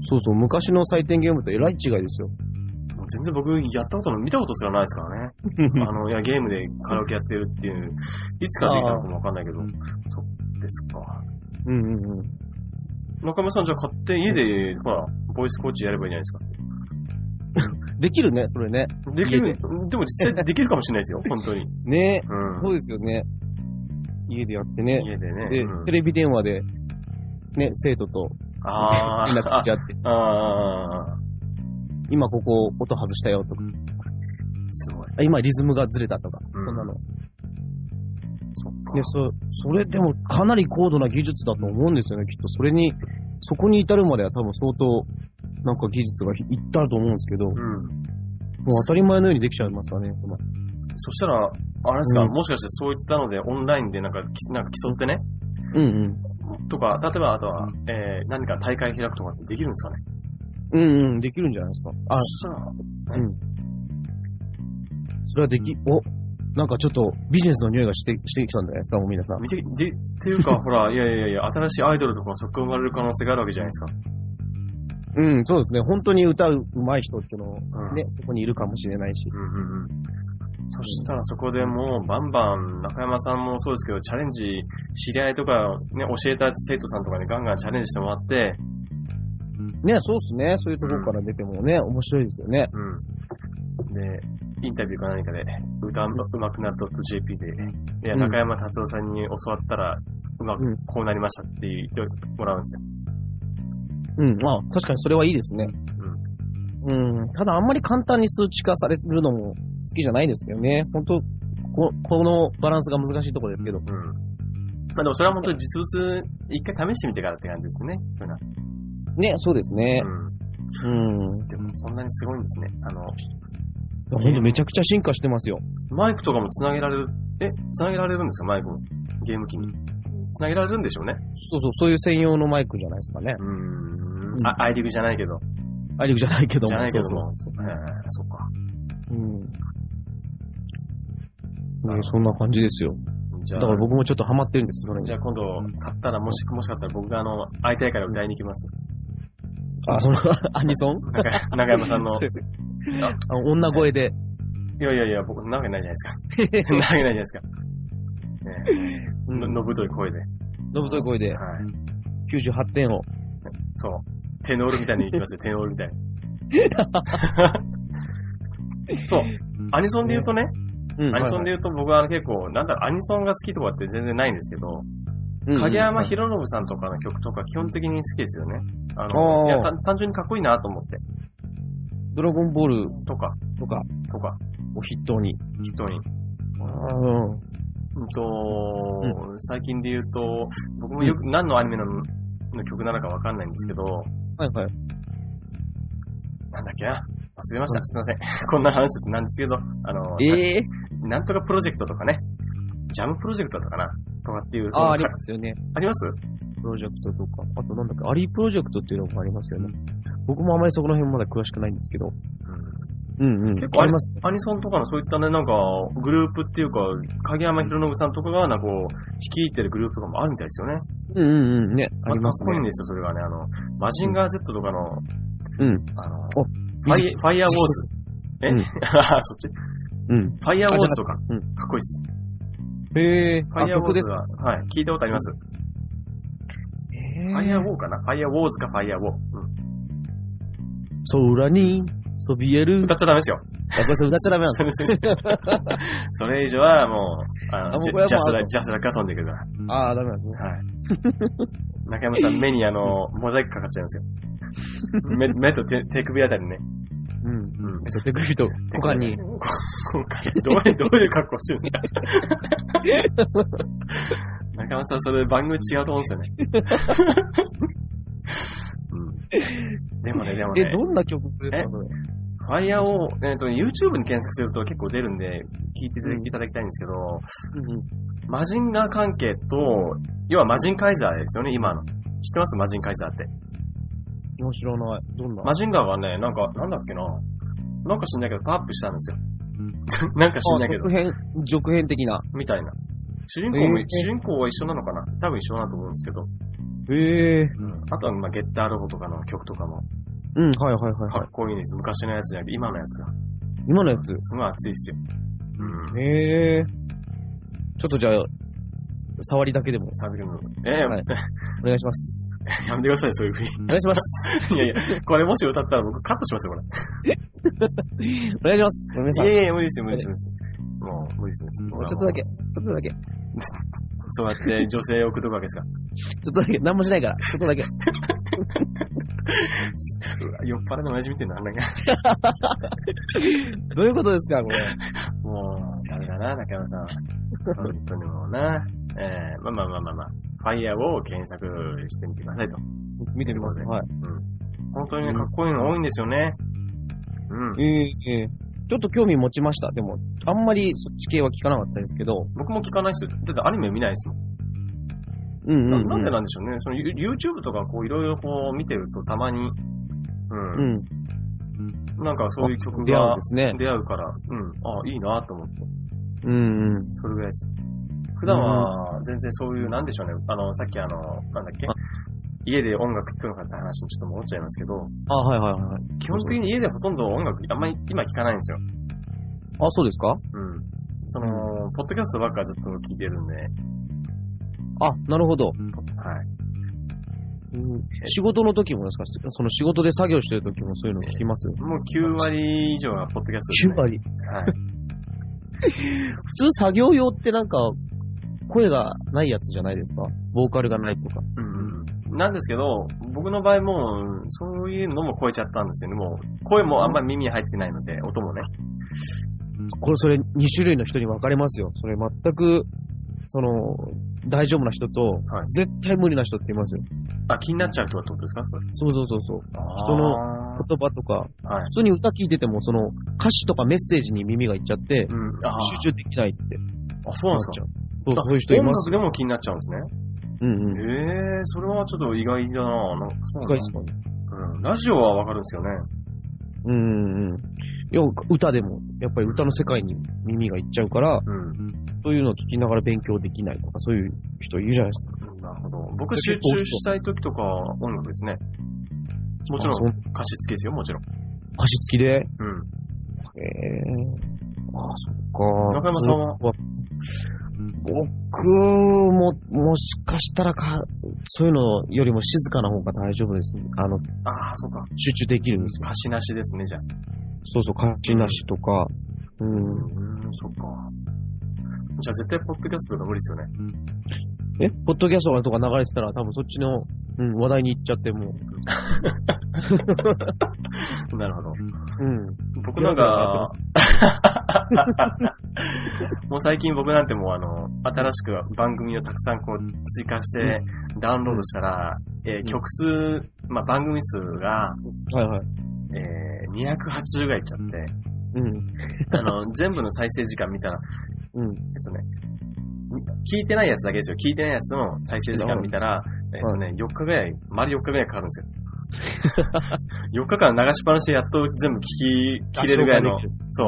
そうそう、昔の採点ゲームとえらい違いですよ。 もう全然僕、やったことの見たことすらないですからね。あの、いや、ゲームでカラオケやってるっていう、いつからできたのかもわかんないけど、そうですか。 うんうんうん。 中村さん、じゃあ買って家で、ほら、ボイスコーチやればいいじゃないですか。 できるね、それね。 できる、でも実際できるかもしれないですよ、本当に。 ね、 うん、 そうですよね。家でやってね。 家でね。 で、うん、テレビ電話で、ね、生徒と、 あ連絡付き合って。 ああ。 今ここ音外したよとか。 すごい。 今リズムがずれたとか、 うん、 そんなの。 そっか。 で、そ、それでもかなり高度な技術だと思うんですよね、きっと。それに、そこに至るまでは多分相当、なんか技術がいったと思うんですけど、うん、もう当たり前のようにできちゃいますからね。 そしたら、あれですか、うん、もしかしてそういったのでオンラインでなんか、なんか競ってね。 うんうん。 とか、例えばあとは、えー、何か大会開くとかってできるんですかね。 うんうん、できるんじゃないですか。 あ、そしたら、 うん。それはでき、お、なんかちょっとビジネスの匂いがして、してきたんじゃないですか、もう皆さん。 見て、で、っていうか、ほら、いやいやいや、新しいアイドルとかそこ生まれる可能性があるわけじゃないですか。 うん、そうですね。本当に歌う上手い人っていうの、うん、ね、そこにいるかもしれないし。 うんうんうん。そしたらそこでもうバンバン中山さんもそうですけどチャレンジ知り合いとかね教えた生徒さんとかにガンガンチャレンジしてもらってね、そうですね。そういうところから出てもね、うん、面白いですよね。 うん。でインタビューか何かで歌うまくなる .jp で、いや中山達夫さんに教わったらうまくこうなりましたって言ってもらうんですよ。 うん、まあ確かにそれはいいですね。うん。うん、ただあんまり簡単に数値化されるのも好きじゃないですけどね。本当ここのバランスが難しいところですけど。うん。 まあでもそれは本当に実物一回試してみてからって感じですね。そういうのは。 ね、そうですね。うん。うん。 でもそんなにすごいんですね。あの、 ほんとめちゃくちゃ進化してますよ。 マイクとかもつなげられる、え、つなげられるんですかマイクも。ゲーム機に。つなげられるんでしょうね。 そうそう、そういう専用のマイクじゃないですかね。 うーん。あ、アイリグじゃないけど。 アイリグじゃないけども。 じゃないけども。 そうそうそう。 えー、そっか。 うん。ね、そんな感じですよ。じゃあだから僕もちょっとハマってるんです、それに。 じゃあ今度買ったら、もし、もしかったら僕があの、会いたいから歌いに行きます。 あ、その、アニソン中山さんの。 あ、女声で。 いやいやいや、僕、なわけないじゃないですか。なわけないじゃないですか。ねえ。の、のぶとい声で。 のぶとい声で。 はい。 きゅうじゅうはってんを。 そう。テノールみたいに行きますよ、テノールみたいに。そう。アニソンで言うとね、うん、アニソンで言うと僕は結構、なんだろう、アニソンが好きとかって全然ないんですけど、うん、影山博信さんとかの曲とか基本的に好きですよね。あの、いや、単純にかっこいいなと思って。 ドラゴンボールとか、 とか、 とか、 を筆頭に。 筆頭に。 あうん。 うんと、うん、最近で言うと、僕もよく何のアニメのの曲なのかわかんないんですけど、 はいはい。 なんだっけな忘れました。すいません。こんな話ってなんですけど、あの、 えー、なんとかプロジェクトとかね、ジャムプロジェクトとかなとかっていう。 あ、ありますよね。 あります？ プロジェクトとか。あとなんだっけ、アリープロジェクトっていうのもありますよね。僕もあまりそこの辺まだ詳しくないんですけど。うん、うんうん。 結構あります。アニソンとかのそういったね、なんか、グループっていうか、影山博信さんとかが、なんかこう、率いてるグループとかもあるみたいですよね。 うんうんうん。ね。 ありますね。かっこいいんですよ、それがね。あの、マジンガー Z とかの、 うん。 あの、ファイ、ファイヤーウォーズ。え、うん、あ、そっちうん。 ファイヤーウォーズとか、うん、かっこいいっす。 へー。 ファイヤーウォーズは、はい、聞いたことあります。 へー。 ファイヤーウォーかなファイヤーウォーズかファイヤーウォー。 うん。空に、そびえる。 歌っちゃダメですよ。 あ、これ歌っちゃダメなんですそれ以上はもう、あの、ジャスラック、ジャスラックが飛んでくるから。 ああ、ダメなんですね。 はい。中山さん、目にあの、モザイクかかっちゃいますよ。目、目と手、手首あたりね。 うん。うん。目と手首と股間に。 股間どういう、どういう格好してるんですか中山さん、それ番組違うと思うんですよね。うん。でもね、でもね。 え、どんな曲ですか、それ。 ファイヤーを、えっと、YouTube に検索すると結構出るんで、聞いていただきたいんですけど、うんうん、マジンガー関係と、要はマジンカイザーですよね、今の。知ってますマジンカイザーって。 面白ない。どんなマジンガーがね、なんか、なんだっけな。なんか知んないけど、パワーアップしたんですよ。なんか知んないけど。 続編、続編的な。 みたいな。主人公も、えー、主人公は一緒なのかな多分一緒だと思うんですけど。 へえー。 うん。 あとは、まあ、ゲッターロボとかの曲とかも。 うん、はいはいはい、はい。 かっこいいです。昔のやつじゃなくて、今のやつが。 今のやつすごい熱いっすよ。うん。 へえー。ちょっとじゃあ、触りだけでも。 触りだけでも。ええー、 はい、お願いします。 やめてください、そういうふうに。 お願いします。 いやいや、これもし歌ったら僕カットしますよ、これ。 お願いします。ごめんなさい。 いやいや、無理ですよ、無理ですよ。もう、無理です。 もうちょっとだけ、ちょっとだけ。 そうやって女性を送るわけですか。 ちょっとだけ、何もしないから、ちょっとだけ。 酔っ払いの親父みたいな、なんか。 どういうことですか、これ。 もう、ダメだな、中山さん。本当にもうな。えー、まあまあまあまあまあ。ファイヤーを検索してみてくださいと。 見てみます。はい。 うん。本当にね、かっこいいの多いんですよね。うん。 ええええ。ちょっと興味持ちました。でも、あんまりそっち系は聞かなかったですけど。 僕も聞かないですよ。だってアニメ見ないですもん。 うんうん、うん、 な。なんでなんでしょうね。その YouTube とかこういろいろこう見てるとたまに、うん。うん。なんかそういう曲が出会うんですね。出会うから、うん。ああ、いいなと思って。 うんうん。 それぐらいです。普段は全然そういう、なんでしょうね。あの、さっきあの、なんだっけ家で音楽聴くのかって話にちょっと戻っちゃいますけど。 あ、はいはいはい。 基本的に家でほとんど音楽あんまり今聴かないんですよ。 あ、そうですか？ うん。その、ポッドキャストばっかずっと聴いてるんで。 あ、なるほど。 はい。 うん、仕事の時もですか？その仕事で作業してる時もそういうの聞きます？ もうきゅうわり以上はポッドキャストですね。 きゅうわり？ はい。 普通作業用ってなんか、声がないやつじゃないですか？ボーカルがないとか。 うんうん。なんですけど、僕の場合もう、そういうのも超えちゃったんですよね。もう、声もあんまり耳に入ってないので、音もね。 これそれに種類の人に分かれますよ。それ全く、その、大丈夫な人と、はい、絶対無理な人っていますよ。 あ、気になっちゃう人はってことですか？それ。 そうそうそうそう。人の言葉とか、はい、普通に歌聞いてても、その歌詞とかメッセージに耳がいっちゃって、うん、集中できないって。 あ、そうなんですか？ そう、そういう人います。 音楽でも気になっちゃうんですね。 うんうん。 ええー、それはちょっと意外だな。なんかそう意外ですかね。 うん。ラジオはわかるんですよね。 うんうん。要は歌でも、やっぱり歌の世界に耳がいっちゃうから、うん、そういうのを聞きながら勉強できないとか、そういう人いるじゃないですか。 なるほど。僕集中したい時とか音楽ですね。もちろん歌詞付きですよ、もちろん。 歌詞付きで？うん。 ええー。ああ、そっか。 中山さんは僕も、もしかしたらか、そういうのよりも静かな方が大丈夫です。あの、 ああ、そうか。 集中できるんですよ。 歌詞なしですね、じゃあ。 そうそう、歌詞なしとか。うん。うん、 そっか。じゃあ絶対ポッドキャストとか無理ですよね。 えポッドキャストとか流れてたら多分そっちの、うん、話題に行っちゃってもう。 なるほど。 うん。 僕なんか、もう最近僕なんてもうあの、新しく番組をたくさんこう追加してダウンロードしたら、うん、えー、曲数、まあ番組数が、 はいはい。 えー、にひゃくはちじゅうぐらいいっちゃって、 うん。 あの、全部の再生時間見たら、 うん。 えっとね、聞いてないやつだけですよ。聞いてないやつの再生時間見たら、えっとね、よっかぐらい、丸よっかぐらいかかるんですよ。よっかかん流しっぱなしでやっと全部聞き切れるぐらいの。そう。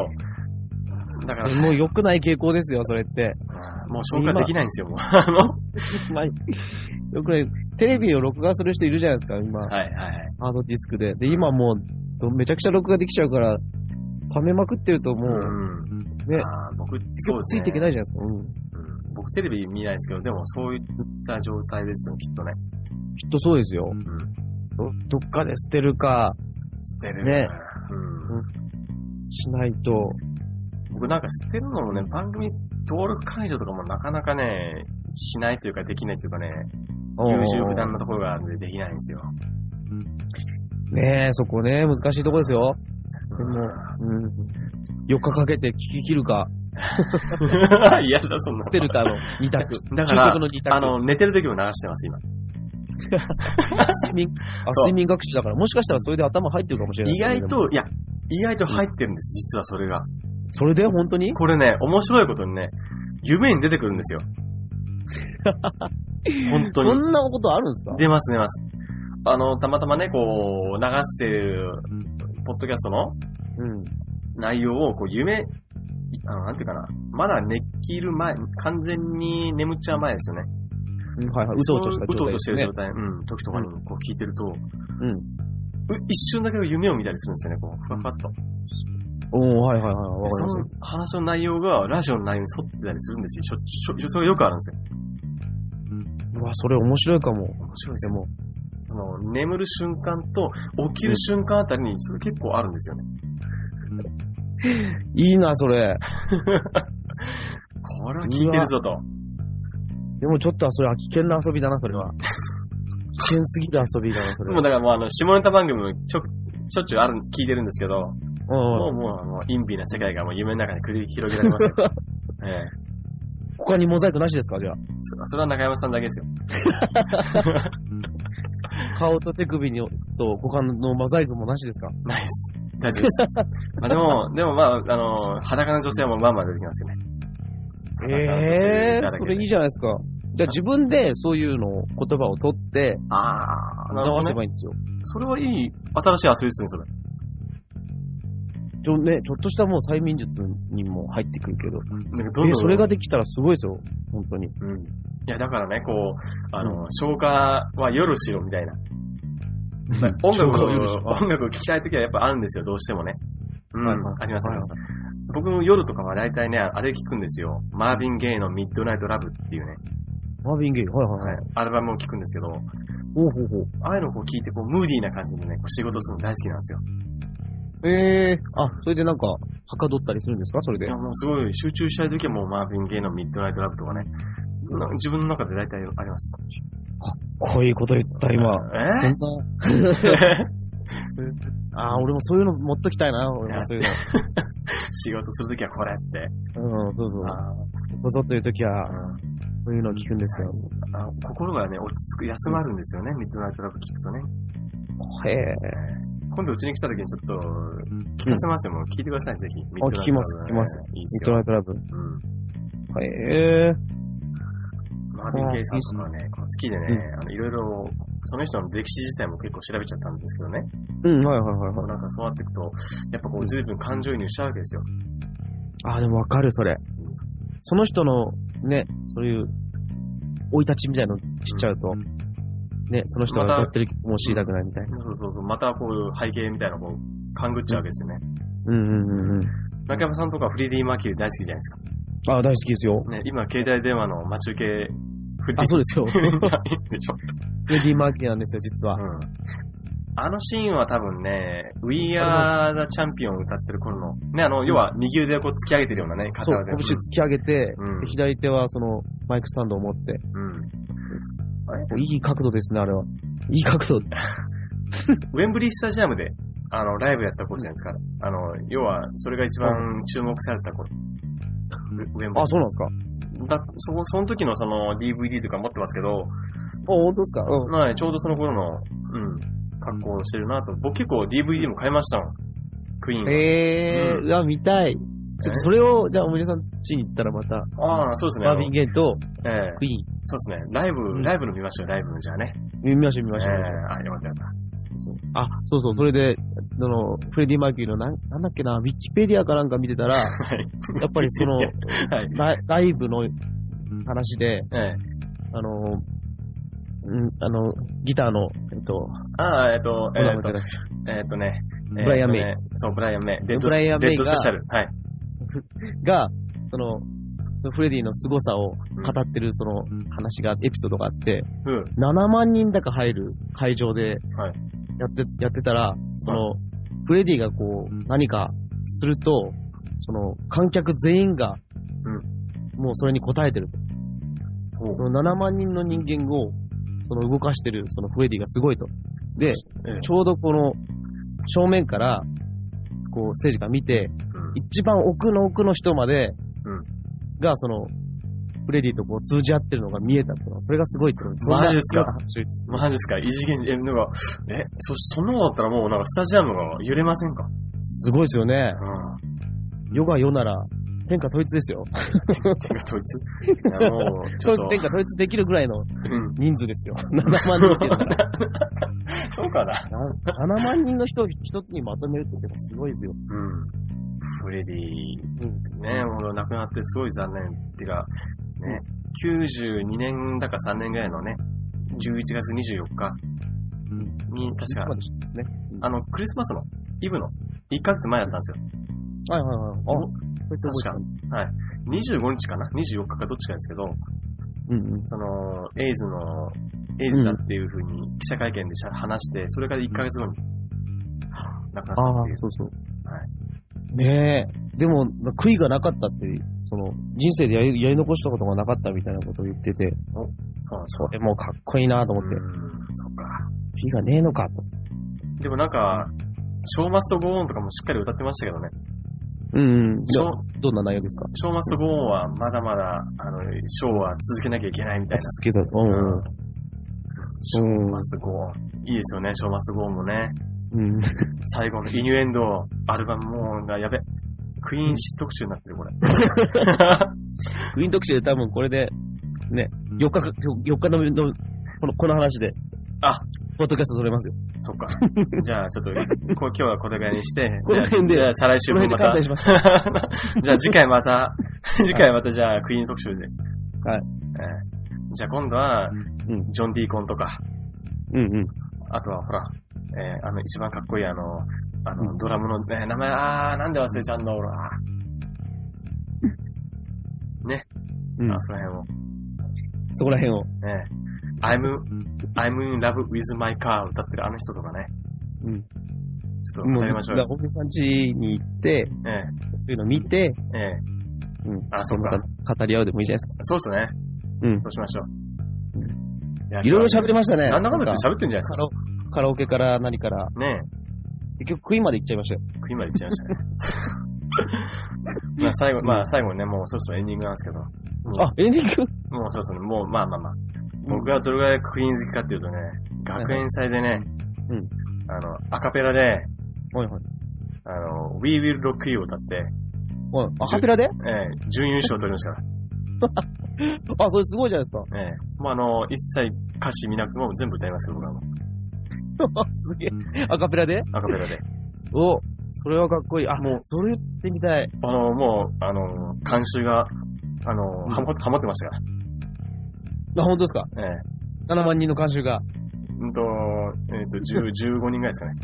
だから。 もう良くない傾向ですよ、それって。 もう消化できないんですよ、もう。 あの、まあ、よくね、テレビを録画する人いるじゃないですか、今。 はいはいはい。 ハードディスクで。で、今もう、めちゃくちゃ録画できちゃうから、溜めまくってるともう、うん、ね。 あ僕、そうですね。 ついていけないじゃないですか。うん。 僕テレビ見ないですけど、でもそういった状態ですよ、きっとね。 きっとそうですよ。うん、ど, どっかで捨てるか、 捨てるね、 うんうん。しないと。 僕なんか捨てるのもね、番組登録解除とかもなかなかね、しないというかできないというかね、優柔不断なところがあるんでできないんですよ。 ねえ、そこね、難しいところですよ。でも、うん、よっかかけて聞き切るか。 いやだ、そんな。 捨てるかのに択。 だから、あの、寝てる時も流してます、今。 睡眠、あ、睡眠学習だから、もしかしたらそれで頭入ってるかもしれない。 意外と、いや、意外と入ってるんです、実はそれが。 それで本当に？ これね、面白いことにね、夢に出てくるんですよ。本当に。 そんなことあるんですか？ 出ます、出ます。あの、たまたまね、こう、流してる、ポッドキャストの、うん、内容を、こう、夢、あの、なんていうかな、まだ寝きる前、完全に眠っちゃう前ですよね。 うん、はいはい。うとうとした状態、ね。 うとうとしてる状態、うん、時とかにこう聞いてると、 うん。 一瞬だけ夢を見たりするんですよね、こう、ふわふわっと。 おー、はいはいはい。わかります。 その話の内容がラジオの内容に沿ってたりするんですよ。しょ、しょ、それがよくあるんですよ。 うわ、それ面白いかも。面白いですよ。でも、その、眠る瞬間と起きる瞬間あたりに、それ結構あるんですよね。 うん、いいな、それ。 これは聞いてるぞと。 でもちょっとそれは危険な遊びだな、それは。危険すぎる遊びだな、それは。 もうだからもうあの、下ネタ番組もちょ、しょっちゅうある、聞いてるんですけど、もうもうあの、陰微な世界がもう夢の中に繰り広げられますよ。ええ。 他にモザイクなしですか、じゃあ。 そ, それは中山さんだけですよ。 顔と手首にと股間のモザイクもなしですか？ ないです。大丈夫です。まあでも、でもまあ、あの、裸の女性はもうまんま出てきますよね。 ええー、それいいじゃないですか。じゃあ自分でそういうのを言葉を取って、 ああ、 なるほどね。直せばいいんですよ。 それはいい、新しい遊びですね、それ。 ちょ、ね、ちょっとしたもう催眠術にも入ってくるけど。 なんかどんどんえ、それができたらすごいですよ。本当に。 うん。いや、だからね、こう、あの、うん、消化は夜しろみたいな。音楽を、音楽を聴きたいときはやっぱあるんですよ、どうしてもね。うん、はいはい、あります、あります。僕も夜とかは大体ね、あれ聴くんですよ。マーヴィン・ゲイのミッドナイト・ラブっていうね。 マーヴィン・ゲイ、はいはいはい。 アルバムを聴くんですけど、 ほうほうほう。 ああいうのをこう聴いて、こう、ムーディーな感じでね、こう仕事するの大好きなんですよ。 ええー、あ、それでなんか、はかどったりするんですかそれで。 いや、もうすごい集中したいときはもうマーヴィン・ゲイのミッドナイト・ラブとかね。自分の中で大体あります。 かっこいいこと言った、今。 えー、 そんな。ああ、俺もそういうの持っときたいな、俺もそういうの。 仕事するときはこれって。 うん、そうそう。こそっというときは、そういうのを聞くんですよ。 あ、心がね、落ち着く、休まるんですよね、ミッドナイトラブ聞くとね。 へえ。 今度うちに来たときにちょっと、聞かせますよ、もう聞いてください、ぜひ。 あ、聞きます、聞きます。 いいミッドナイトラブ。うん。へえ。 マーヴィン・ゲイさんとかね、好きでね、あの、いろいろ、その人の歴史自体も結構調べちゃったんですけどね。 うん、はいはいはい、はい。 なんかそうなっていくと、やっぱこう、随分感情移入しちゃうわけですよ。 ああ、でもわかる、それ。その人の、ね、そういう、生い立ちみたいなの知っちゃうと、うん、ね、その人が歌ってる曲も知りたくないみたいな。 そうそうそう、またこういう背景みたいなのを勘ぐっちゃうわけですよね。 うんうんうんうん。 中山さんとかフレディ・マーキュリー大好きじゃないですか。 ああ、大好きですよ。 ね、今、携帯電話の待ち受け、 あ、そうですよ。フレディ・マーキュリーなんですよ、実は。うん。 あのシーンは多分ね、We Are the Champion を歌ってる頃の、ね、あの、要は右腕をこう突き上げてるようなね、 片腕で。そう、拳突き上げて、うん、左手はそのマイクスタンドを持って。うん。いい角度ですね、あれは。いい角度。 ウェンブリースタジアムで、あの、ライブやった頃じゃないですか。あの、要は、それが一番注目された頃。 ウェンブリー。あ、そうなんですか。 だそその時のその ディーブイディー とか持ってますけど、 あ、本当ですか。 うん。はい、ちょうどその頃の、うん、格好をしてるなと。僕結構 ディーブイディー も買いましたもん。クイーンは。 えー、うん、うわ、見たい。ちょっとそれを、じゃあ、おみねさん家に行ったらまた。 ああ、そうですね。 マーヴィン・ゲイと、 ええー、 クイーン。 そうですね。ライブ、うん、ライブの見ましょう、ライブのじゃあね。 見ましょう、見ましょう。ええー、あ、よかったよかった。 そうそう。あ、そうそう、それで、あの、フレディ・マーキュリーのなん、なんだっけな、ウィキペディアかなんか見てたら、はい、やっぱりその、はい、ラ, ライブの話で、ええ、あの、んあの、ギターの、えっと、 ああ、えっと、えっと、えっとね、 ブライアン・メイ。 そう、ブライアン・メイ。 デッド、ブライアン・メイが、 デッドスペシャル。はい。 が、その、フレディの凄さを語ってるその話が、エピソードがあって、うん、ななまんにんだか入る会場でやって、はい、やってたら、その、フレディがこう、何かすると、その、観客全員が、うん、もうそれに応えてると。うん、そのななまんにんの人間を、その動かしてる、そのフレディがすごいと。で、ええ、ちょうどこの、正面から、こう、ステージから見て、うん、一番奥の奥の人まで、うん、が、その、フレディとこう通じ合ってるのが見えたっていうのは、それがすごいってことです。 マジですかマジですか異次元、え、なんか、え、そ、そんなのだったらもうなんかスタジアムが揺れませんか？ すごいですよね。うん。世が世なら、天下統一ですよ。 天下統一いやもう、ちょっと。 天下統一できるぐらいの人数ですよ。うん、ななまん人っていうのは。 そうかな。 ななまん人の人を一つにまとめるって結構すごいですよ。 うん。フレディ、うん、ね、もう亡くなってすごい残念っていうか、ね、 きゅうじゅうにねんだかさんねんぐらいのね、じゅういちがつにじゅうよっかに、確か、 ですね、 あの、クリスマスのイブのいっかげつまえだったんですよ。 はいはいはい。あ、 確か。はい。にじゅうごにちかな ?にじゅうよっかかどっちかですけど、 うんうん、 その、エイズの、エイズだっていう風に記者会見で話して、それからいっかげつごに亡くなったっていう。 ああ、そうそう。 はい。 ねえ。でも、悔いがなかったって、その、人生でやり、やり残したことがなかったみたいなことを言ってて、 お、そうそれもかっこいいなと思って。うん、 そっか。 悔いがねえのかと。 でもなんか、ショーマストゴーンとかもしっかり歌ってましたけどね。 うんうん。どんな内容ですか？ ショーマストゴーンはまだまだ、あの、ショーは続けなきゃいけないみたいな。 続けざる。うんうん。 ショーマストゴーン。いいですよね、ショーマストゴーンもね。 うん。 最後のイニュエンド、アルバムもがやべ。クイーン誌特集になってる、これ。 クイーン特集で多分これで、ね、よっかか、よっかの、のこの、この話で。 あ、 ポッドキャスト撮れますよ。 そっか。じゃあ、ちょっと、今日はこれぐらいにして、 この辺で、 じゃあ、再来週もまた。じゃあ、次回また、次回また、じゃあ、クイーン特集で。はい。えー、じゃあ、今度は、うん、ジョン・ディーコンとか。うんうん。あとは、ほら、えー、あの、一番かっこいい、あの、あの、うん、ドラムの、ね、名前、あー、なんで忘れちゃうんだ、俺は。ね。うん。あそこら辺を。 そこら辺を。 ね。I'm, I'm in love with my car 歌ってるあの人とかね。うん。ちょっと語りましょうよ。 おみさん家に行って、ええ、そういうの見て、ええ。うん。あ、そうか。語り合うでもいいじゃないですか。 そうっすね。うん。そうしましょう。 うん、いろいろ喋りましたね。 なんだかんだって喋ってんじゃないですか。 カラオケから何から。ねえ。結局、クイーンまで行っちゃいましたよ。 クイーンまで行っちゃいましたね。まあ最後、まあ最後にね、もうそろそろエンディングなんですけど。 あ、エンディングもうそうそうね、もうまあまあまあ。僕がどれぐらいクイーン好きかっていうとね、学園祭でね、うん、あの、アカペラで、はいはい、あの、We Will Rock You を歌って、 アカペラで？ ええ、準優勝を取りましたから。 あ、それすごいじゃないですか。 ええ、もうあの、一切歌詞見なくても全部歌いますけど、僕はもう。すげえ。アカペラで？ アカペラで。 お、それはかっこいい。あ、もう、それ言ってみたい。 あの、もう、あの、監修が、あの、うん、はま、はまってましたから。 あ、本当ですか？ええ。ななまんにんの監修が。 うんと、えっと、じゅう、じゅうごにんぐらいですかね。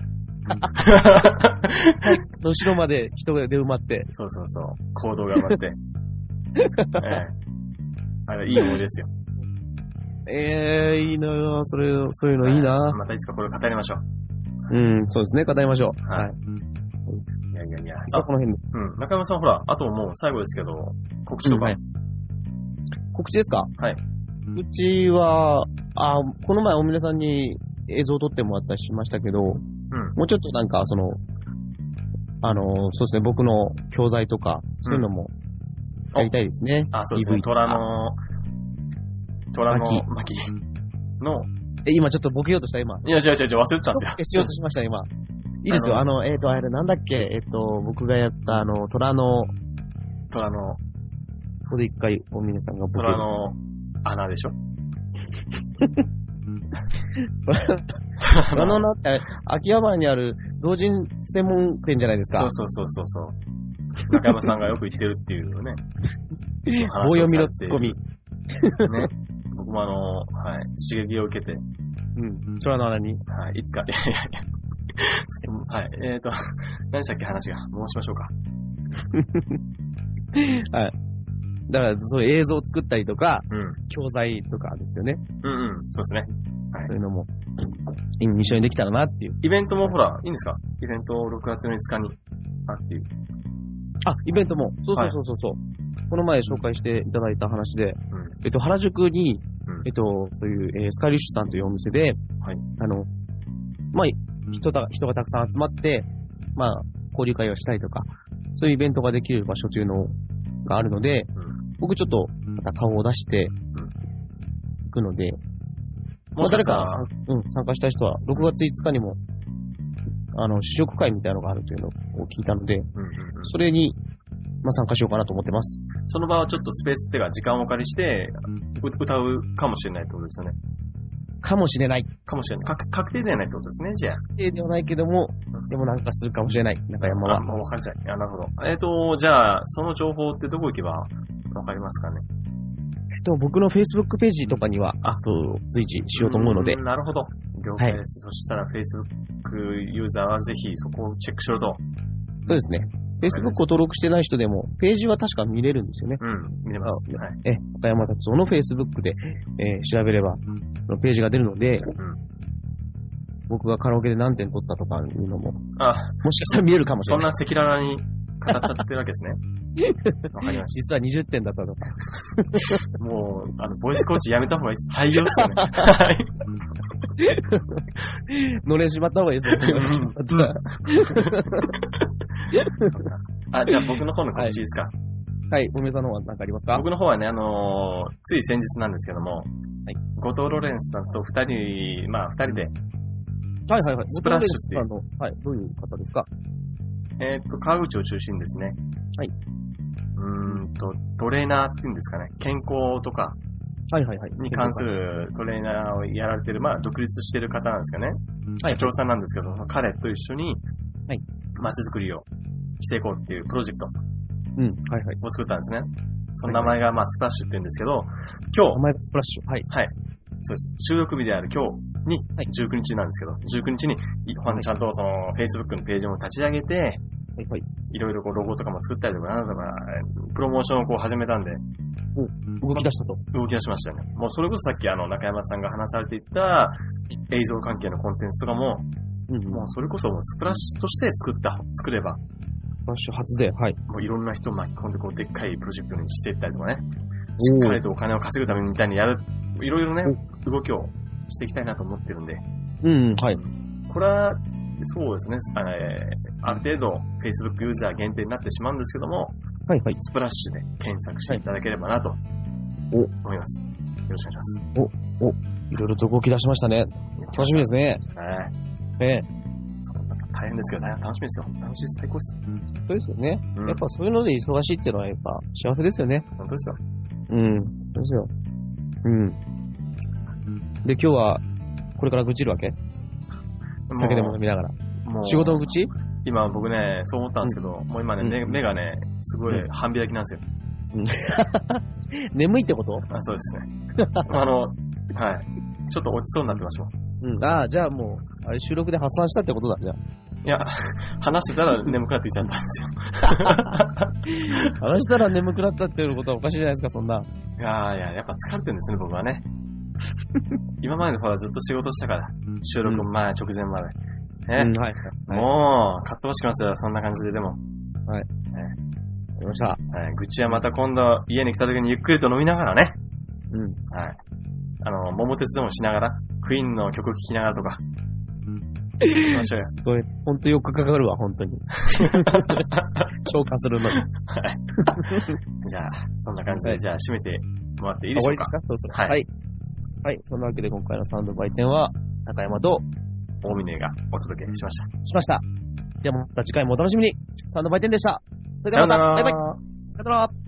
はい。後ろまで人で埋まって。 そうそうそう。行動が埋まって。ええ。あれ、いい思いですよ。 ええー、いいなぁ。それ、そういうのいいなぁ。 またいつかこれ語りましょう。 うん、そうですね。語りましょう。はい。 いやいやいや。 さあ、この辺で。 うん。中山さん、ほら、あともう最後ですけど、告知とか。うん、はい、 告知ですか？ はい。 うちは、あ、この前お皆さんに映像を撮ってもらったりしましたけど、うん、もうちょっとなんか、その、あの、そうですね、僕の教材とか、そういうのもやりたいですね。 うん、あ、そうですね、虎の、虎の巻の、 え、今ちょっとボケようとした今。 いや、違う違う違う、忘れてたんですよ。 しようとしました、今。いいですよ、あの、えっと、あれなんだっけ、えっと、僕がやった、あの、虎の、 虎の、 ここで一回、お皆さんがボケ虎の、穴でしょあのなって、秋葉原にある同人専門店じゃないですか。 そうそうそうそうそう。中山さんがよく言ってるっていうね。 棒読みのツッコミ。ね。 僕もあの、はい、刺激を受けて。 うん。虎の穴に。 はい、いつか、いやいやいや。はい、えーと、何でしたっけ話が。申しましょうか。はい。だから、そういう映像を作ったりとか、うん、教材とかですよね。 うんうん、そうですね。 はい、そういうのも、一緒にできたらなっていう。 イベントもほら、いいんですか？イベントろくがつのいつかに、あっていう。 あ、イベントも。そうそうそうそう。はい、この前紹介していただいた話で、うん、えっと、原宿に、うん、えっと、そういう、えー、スカイリッシュさんというお店で、はい、あの、まあ、人た、人がたくさん集まって、まあ、交流会をしたりとか、そういうイベントができる場所というのがあるので、うん僕ちょっと、また顔を出して、行くので、うん、まあ、誰か、うん、参加した人は、ろくがついつかにも、あの、試食会みたいなのがあるというのを聞いたので、うんうんうん、それに、まあ、参加しようかなと思ってます。 その場はちょっとスペースっていうか、時間をお借りして、歌うかもしれないってことですよね。 かもしれない。 かもしれない。確確定ではないってことですね、じゃあ。 確定ではないけども、うん、でもなんかするかもしれない。中山は。 あ、もう分かりづらい。あ、なるほど。えっと、じゃあ、その情報ってどこ行けばわかりますかね。 でも僕の Facebook ページとかにはアップを随時しようと思うので。 んなるほど。了解です。はい、そしたら Facebook ユーザーはぜひそこをチェックしろと。 そうですね。Facebook を登録してない人でも、ページは確か見れるんですよね。 うん、見れます。はい、 え、中山達夫の Facebook で、えー、調べれば、そのページが出るので、うん、僕がカラオケで何点取ったとかいうのも、あもしかしたら見えるかもしれない。 そんな赤裸々に語っちゃってるわけですね。わかりました。 実はにじゅってんだったとか。 もう、あの、ボイスコーチやめた方がいいです。廃業っすよね。はい。 のれんしまった方がいいですよ。 あ、じゃあ僕の方の告知いいですか。 はい、おめさんの方は何かありますか。 僕の方はね、あのー、つい先日なんですけども、はい、後藤ロレンスさんと二人、まあ二人で、 はいはいはい、 スプラッシュっていう。 はい、どういう方ですか。 えっと、川口を中心にですね、 はい。 うーんと、トレーナーっていうんですかね、健康とか、 はいはいはい。 に関するトレーナーをやられてる、まあ、独立してる方なんですかね。はい。社長さんなんですけど、彼と一緒に、はい。街づくりをしていこうっていうプロジェクト。うん。はいはい。を作ったんですね。その名前が、まあ、スプラッシュって言うんですけど、今日。 名前がスプラッシュ。はい。 はい。そうです。収録日である今日に、じゅうくにちなんですけど、じゅうくにちに、ちゃんとその、Facebook のページも立ち上げて、はいはい。いろいろこう、ロゴとかも作ったりとか、なんとか、プロモーションをこう始めたんで、 動き出したと。 動き出しましたよね。もうそれこそさっきあの中山さんが話されていた映像関係のコンテンツとかも、うん、もうそれこそスプラッシュとして作った、作れば。 スプラッシュ初で、はい。 もういろんな人を巻き込んでこうでっかいプロジェクトにしていったりとかね。しっかりとお金を稼ぐためみたいにやる、いろいろね、動きをしていきたいなと思ってるんで。 うん、はい。 これは、そうですね、あの、ある程度 Facebook ユーザー限定になってしまうんですけども、はいはい。スプラッシュで検索していただければなと思います。よろしくお願いします。 お、お、いろいろと動き出しましたね。楽しみですね。 はい。 ええ。 そう大変ですけどね、楽しみですよ。楽しいです。最高です。 そうですよね。うん、やっぱそういうので忙しいっていうのはやっぱ幸せですよね。 本当ですよ。 うん。そうですよ。うん。で、今日はこれから愚痴るわけ？酒でも飲みながら。もう仕事の愚痴？ 今僕ね、そう思ったんですけど、うん、もう今ね、うん、目, 目がね、すごい半開きなんですよ。 うん、眠いってこと？ あ、そうですね。あの、はい。ちょっと落ちそうになってました。 うん。ああ、じゃあもう、あれ収録で発散したってことだ、じゃあ。 いや、話してたら眠くなってきちゃったんですよ。 話したら眠くなったっていうことはおかしいじゃないですか、そんな。 いやいや、やっぱ疲れてるんですね、僕はね。今までほらずっと仕事したから、収録前、直前まで。ね、うん、はい、はい。もう、かっ飛ばしてきますよ、そんな感じで、でも。 はい。 ね、 わかりました。 はい。愚痴はまた今度、家に来た時にゆっくりと飲みながらね。 うん。 はい。あの、桃鉄でもしながら、クイーンの曲聴きながらとか。しましょうよ。 すごい、ほんとよくかかるわ、ほんとに。消化するのに。はい。 じゃあ、そんな感じで、はい、じゃあ、締めてもらっていいでしょうか。 終わりですか？そうそう。はい。はい。はい。そんなわけで、今回のサウンド売店は、中山と、 大峰がお届けしました。 しました。ではまた次回もお楽しみに。サウンド売店でした。それではまた、バイバイ。さよなら。